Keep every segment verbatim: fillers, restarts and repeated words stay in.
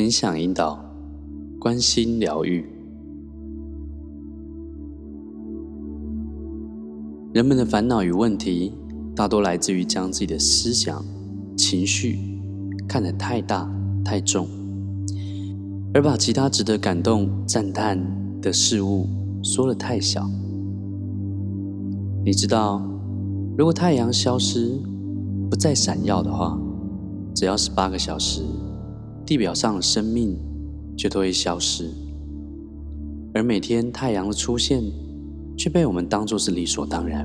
分享引导，关心疗愈。人们的烦恼与问题，大多来自于将自己的思想、情绪看得太大、太重，而把其他值得感动、赞叹的事物缩得太小。你知道，如果太阳消失，不再闪耀的话，只要十八个小时，地表上的生命就都会消失。而每天太阳的出现，却被我们当作是理所当然。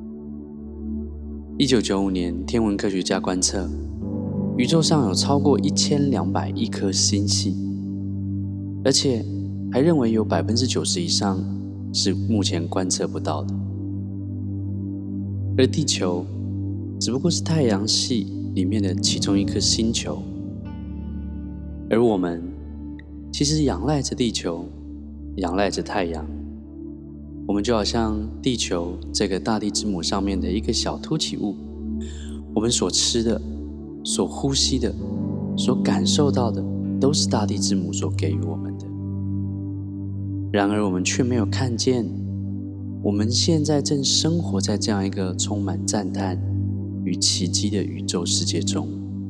一九九五年，天文科学家观测，宇宙上有超过一千两百亿颗星系，而且还认为有百分之九十以上是目前观测不到的。而地球只不过是太阳系里面的其中一颗星球，而我们其实仰赖着地球，仰赖着太阳。我们就好像地球这个大地之母上面的一个小凸起物，我们所吃的、所呼吸的、所感受到的，都是大地之母所给予我们的。然而我们却没有看见，我们现在正生活在这样一个充满赞叹与奇迹的宇宙世界中。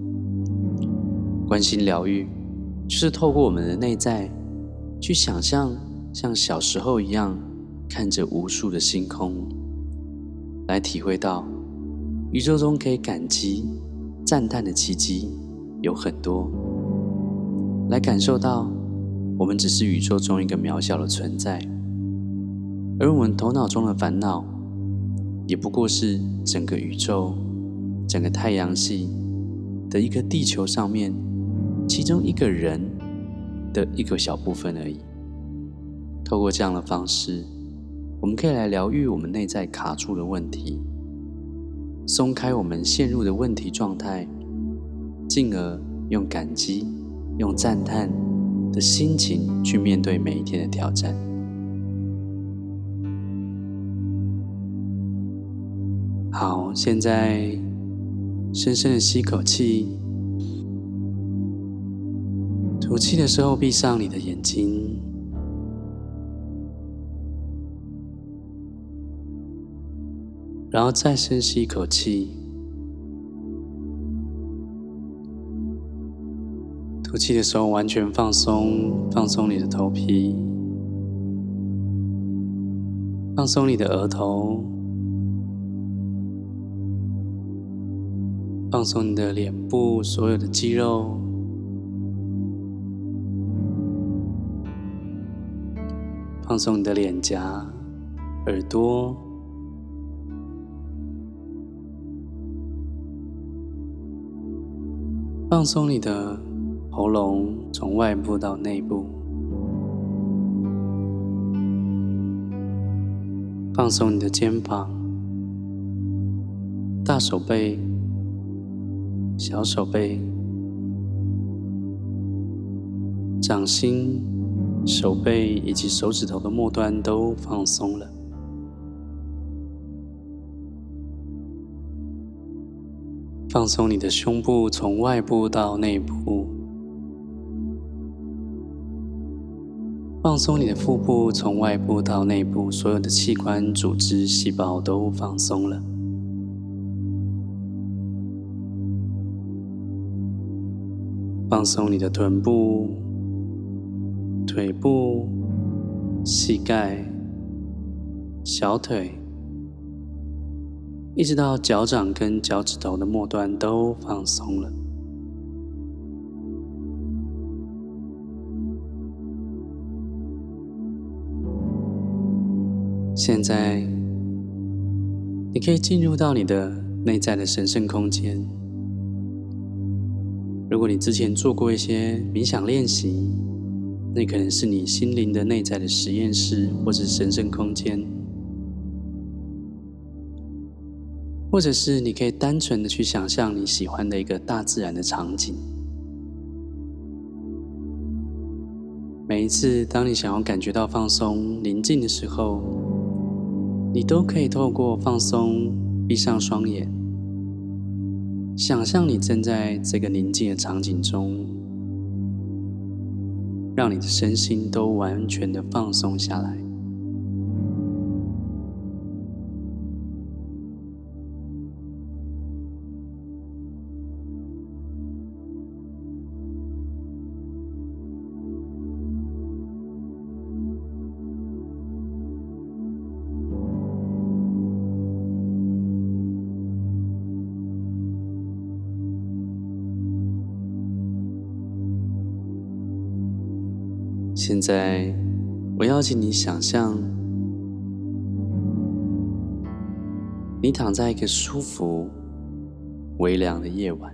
关心疗愈，就是透过我们的内在，去想象像小时候一样，看着无数的星空，来体会到宇宙中可以感激、赞叹的奇迹有很多，来感受到我们只是宇宙中一个渺小的存在，而我们头脑中的烦恼，也不过是整个宇宙、整个太阳系的一个地球上面其中一个人的一个小部分而已。透过这样的方式，我们可以来疗愈我们内在卡住的问题，松开我们陷入的问题状态，进而用感激、用赞叹的心情去面对每一天的挑战。好，现在深深的吸口气，吐气的时候闭上你的眼睛，然后再深吸一口气，吐气的时候完全放松，放松你的头皮，放松你的额头，放松你的脸部所有的肌肉，放松你的脸颊、耳朵，放松你的喉咙，从外部到内部，放松你的肩膀、大手背、小手背、掌心、手背以及手指头的末端都放松了。放松你的胸部，从外部到内部；放松你的腹部，从外部到内部，所有的器官、组织、细胞都放松了。放松你的臀部、腿部、膝盖、小腿，一直到脚掌跟脚趾头的末端都放松了。现在，你可以进入到你的内在的神圣空间。如果你之前做过一些冥想练习，那可能是你心灵的内在的实验室，或者是神圣空间。或者是你可以单纯的去想象你喜欢的一个大自然的场景。每一次当你想要感觉到放松、宁静的时候，你都可以透过放松，闭上双眼，想象你正在这个宁静的场景中， 让你的身心都完全的放松下来。现在，我邀请你想象，你躺在一个舒服、微凉的夜晚，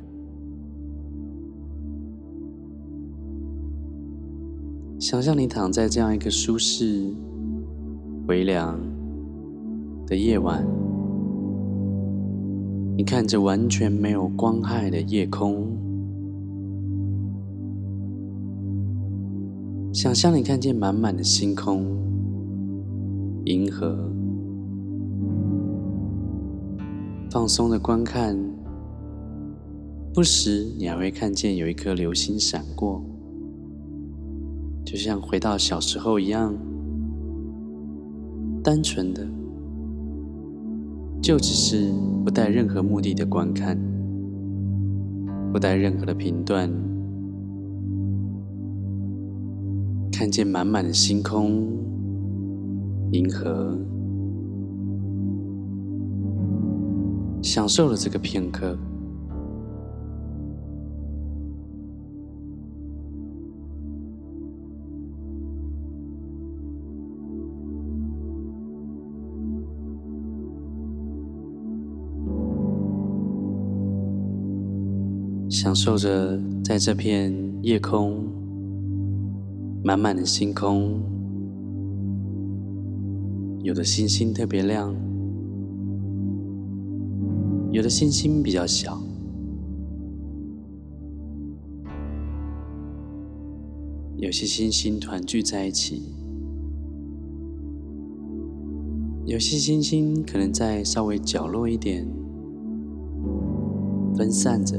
想象你躺在这样一个舒适、微凉的夜晚，你看着完全没有光害的夜空。想象你看见满满的星空、银河，放松的观看，不时你还会看见有一颗流星闪过，就像回到小时候一样，单纯的，就只是不带任何目的的观看，不带任何的评断。看见满满的星空、银河，享受了这个片刻。享受着在这片夜空满满的星空，有的星星特别亮，有的星星比较小，有些星星团聚在一起，有些星星可能在稍微角落一点，分散着。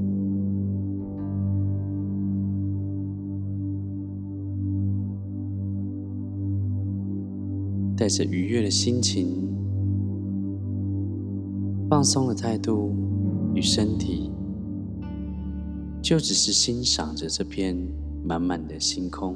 带着愉悦的心情，放松的态度与身体，就只是欣赏着这片满满的星空。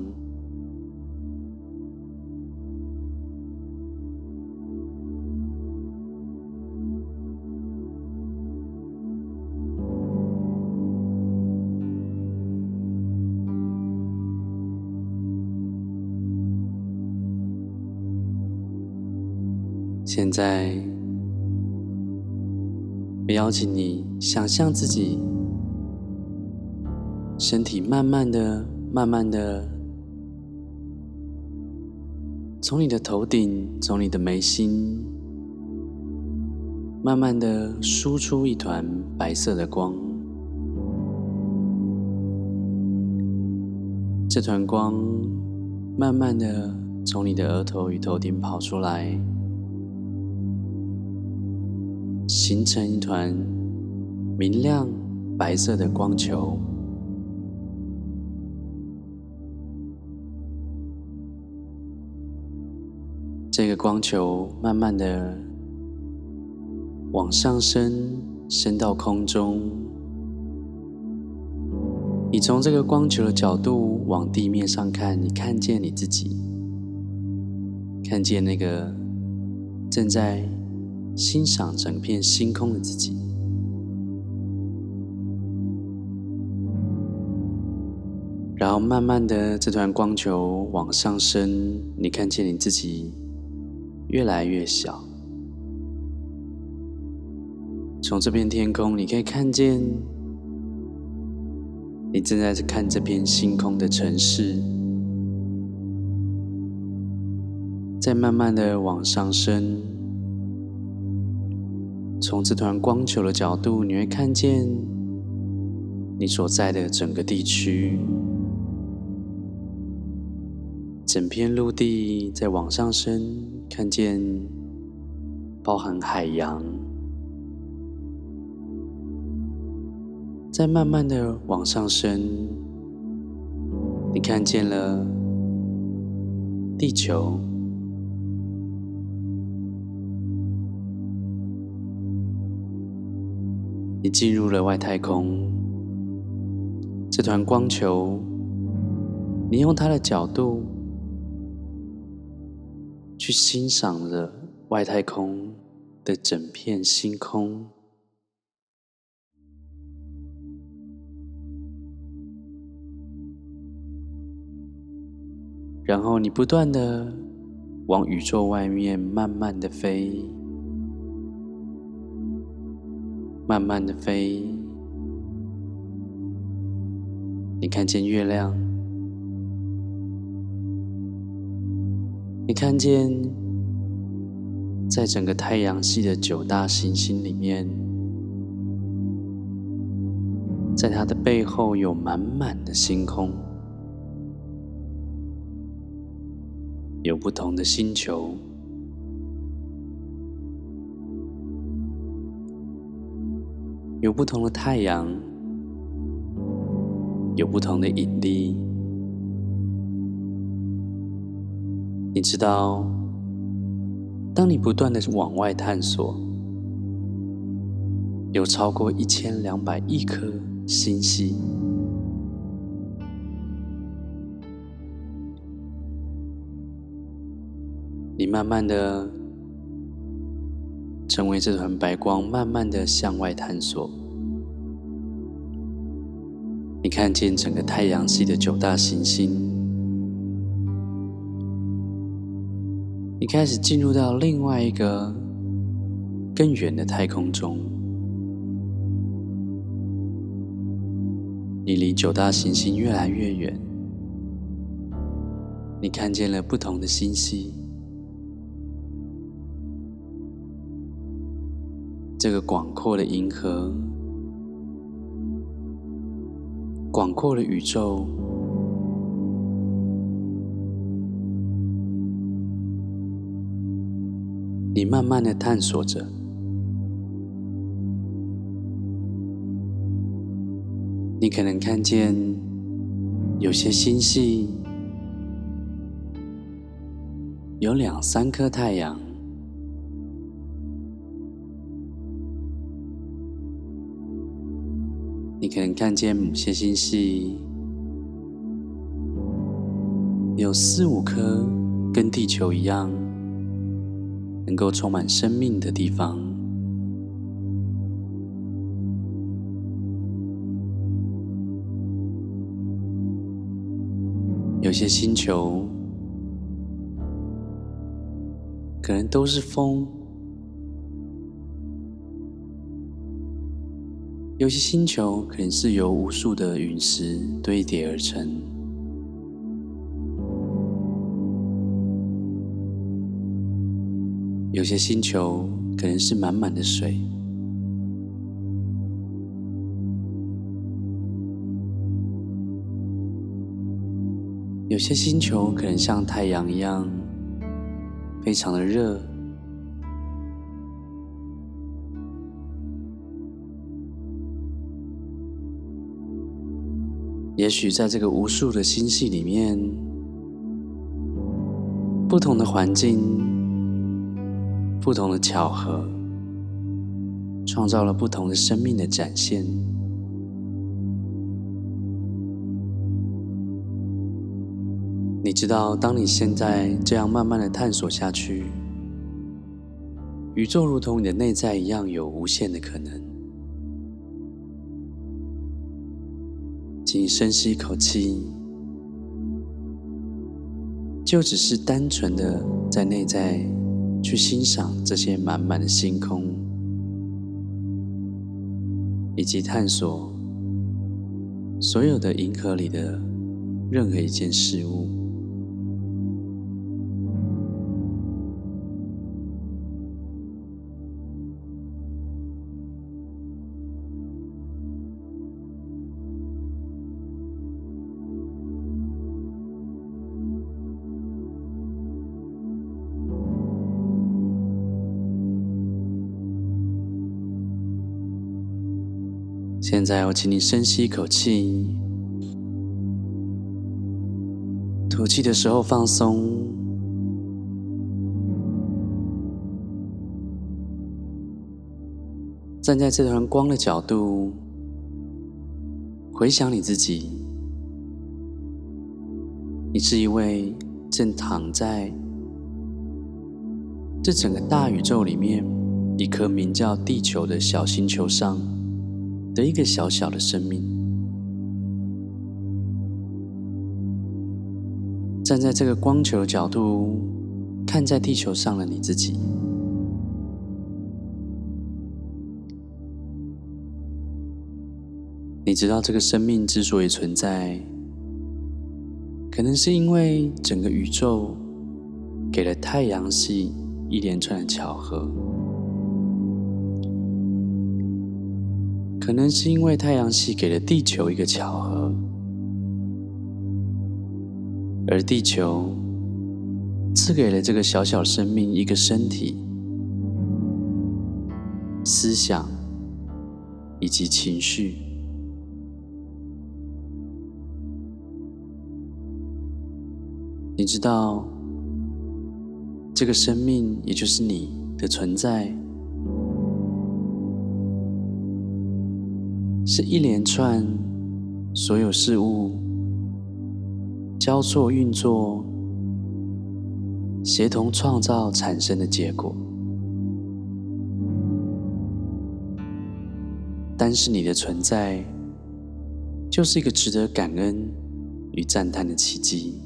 现在，我邀请你想象自己身体慢慢的、慢慢的从你的头顶、从你的眉心，慢慢的输出一团白色的光。这团光慢慢的从你的额头与头顶跑出来，形成一团明亮白色的光球。这个光球慢慢的往上升，升到空中。你从这个光球的角度往地面上看，你看见你自己，看见那个正在欣赏整片星空的自己。然后慢慢的，这团光球往上升，你看见你自己越来越小。从这片天空，你可以看见你正在看这片星空的城市，再慢慢的往上升。从这团光球的角度，你会看见你所在的整个地区，整片陆地在往上升，看见包含海洋，再慢慢的往上升， 你看见了地球，你进入了外太空，这团光球，你用它的角度去欣赏了外太空的整片星空，然后你不断的往宇宙外面慢慢的飞，慢慢的飞，你看见月亮，你看见在整个太阳系的九大行星里面，在它的背后有满满的星空，有不同的星球，有不同的太阳，有不同的引力。你知道，当你不断的往外探索，有超过一千两百亿颗星系，你慢慢的成为这团白光，慢慢的向外探索。你看见整个太阳系的九大行星，你开始进入到另外一个更远的太空中，你离九大行星越来越远，你看见了不同的星系。这个广阔的银河，广阔的宇宙，你慢慢的探索着，你可能看见有些星系有两三颗太阳，你可能看见某些星系有四五颗跟地球一样能够充满生命的地方。有些星球可能都是风，有些星球可能是由无数的陨石堆叠而成，有些星球可能是满满的水，有些星球可能像太阳一样非常的热，也许在这个无数的星系里面，不同的环境，不同的巧合，创造了不同的生命的展现。你知道，当你现在这样慢慢的探索下去，宇宙如同你的内在一样有无限的可能。请你深吸一口气，就只是单纯的在内在去欣赏这些满满的星空，以及探索所有的银河里的任何一件事物。现在我请你深吸一口气， 吐气的时候放松，站在这团光的角度，回想你自己，你是一位正躺在这整个大宇宙里面一颗名叫地球的小星球上的一个小小的生命。站在这个光球的角度，看在地球上的你自己，你知道这个生命之所以存在，可能是因为整个宇宙给了太阳系一连串的巧合，可能是因为太阳系给了地球一个巧合，而地球赐给了这个小小生命一个身体、思想以及情绪。你知道，这个生命也就是你的存在，是一连串所有事物交错运作、协同创造产生的结果。单是你的存在，就是一个值得感恩与赞叹的奇迹。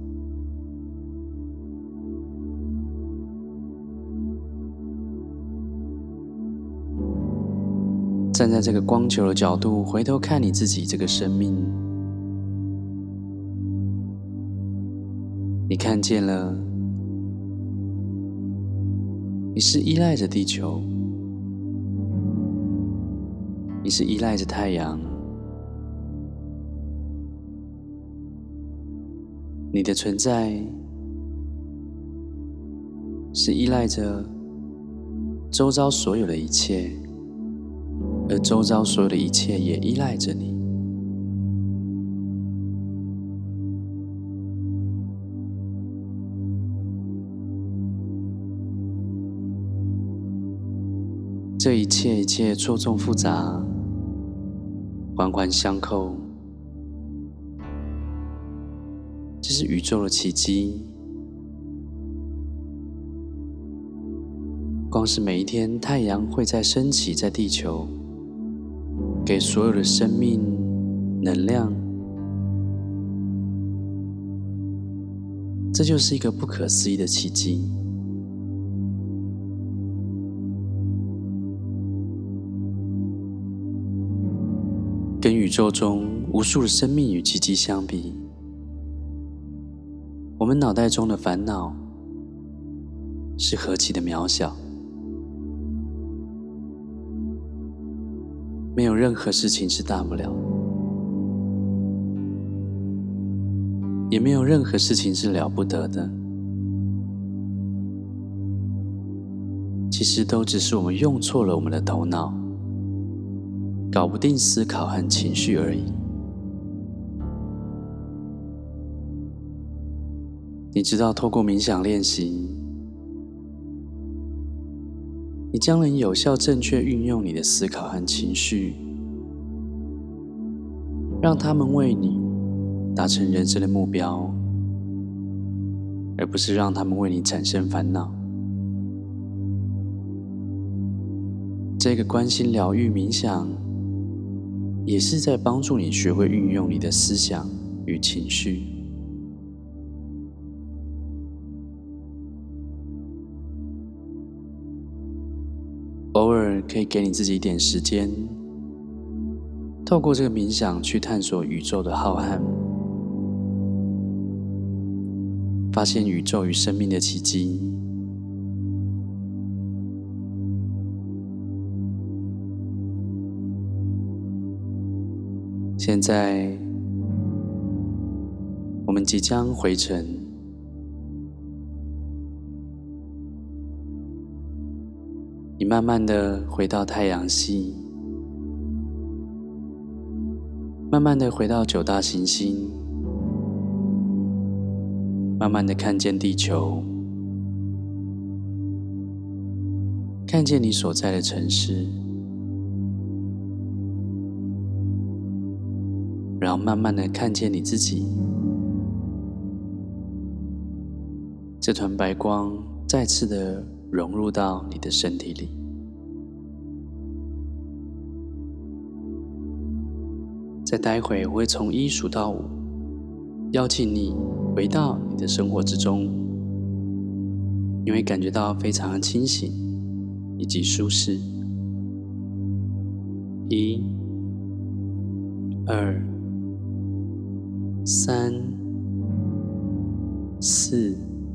站在这个光球的角度，回头看你自己这个生命，你看见了，你是依赖着地球，你是依赖着太阳，你的存在是依赖着周遭所有的一切，而周遭所有的一切也依赖着你。这一切一切错综复杂，环环相扣，这是宇宙的奇迹。光是每一天太阳会在升起在地球，给所有的生命能量，这就是一个不可思议的奇迹。跟宇宙中无数的生命与奇迹相比，我们脑袋中的烦恼是何其的渺小。没有任何事情是大不了，也没有任何事情是了不得的。其实都只是我们用错了我们的头脑，搞不定思考和情绪而已。你知道，透过冥想练习，你将能有效正确运用你的思考和情绪，让他们为你达成人生的目标，而不是让他们为你产生烦恼。这个关心疗愈冥想，也是在帮助你学会运用你的思想与情绪。偶尔可以给你自己一点时间，透过这个冥想去探索宇宙的浩瀚，发现宇宙与生命的奇迹。现在，我们即将回程，你慢慢的回到太阳系，慢慢的回到九大行星， 慢慢的看见地球，看见你所在的城市，然后慢慢的看见你自己。这团白光再次的融入到你的身体里。再待会我会从一数到五，邀请你回到你的生活之中，你会感觉到非常的清醒以及舒适。一、二、三、四、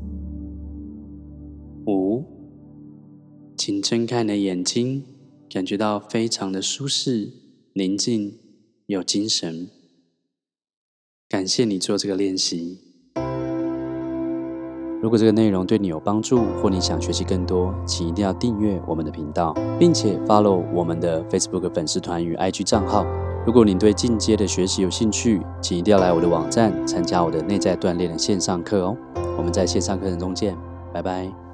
五，请睁开你的眼睛，感觉到非常的舒适、宁静、有精神。感谢你做这个练习。如果这个内容对你有帮助，或你想学习更多，请一定要订阅我们的频道，并且 follow 我们的 Facebook 粉丝团与 I G 账号。如果你对进阶的学习有兴趣，请一定要来我的网站参加我的内在锻炼的线上课哦。我们在线上课程中见，拜拜。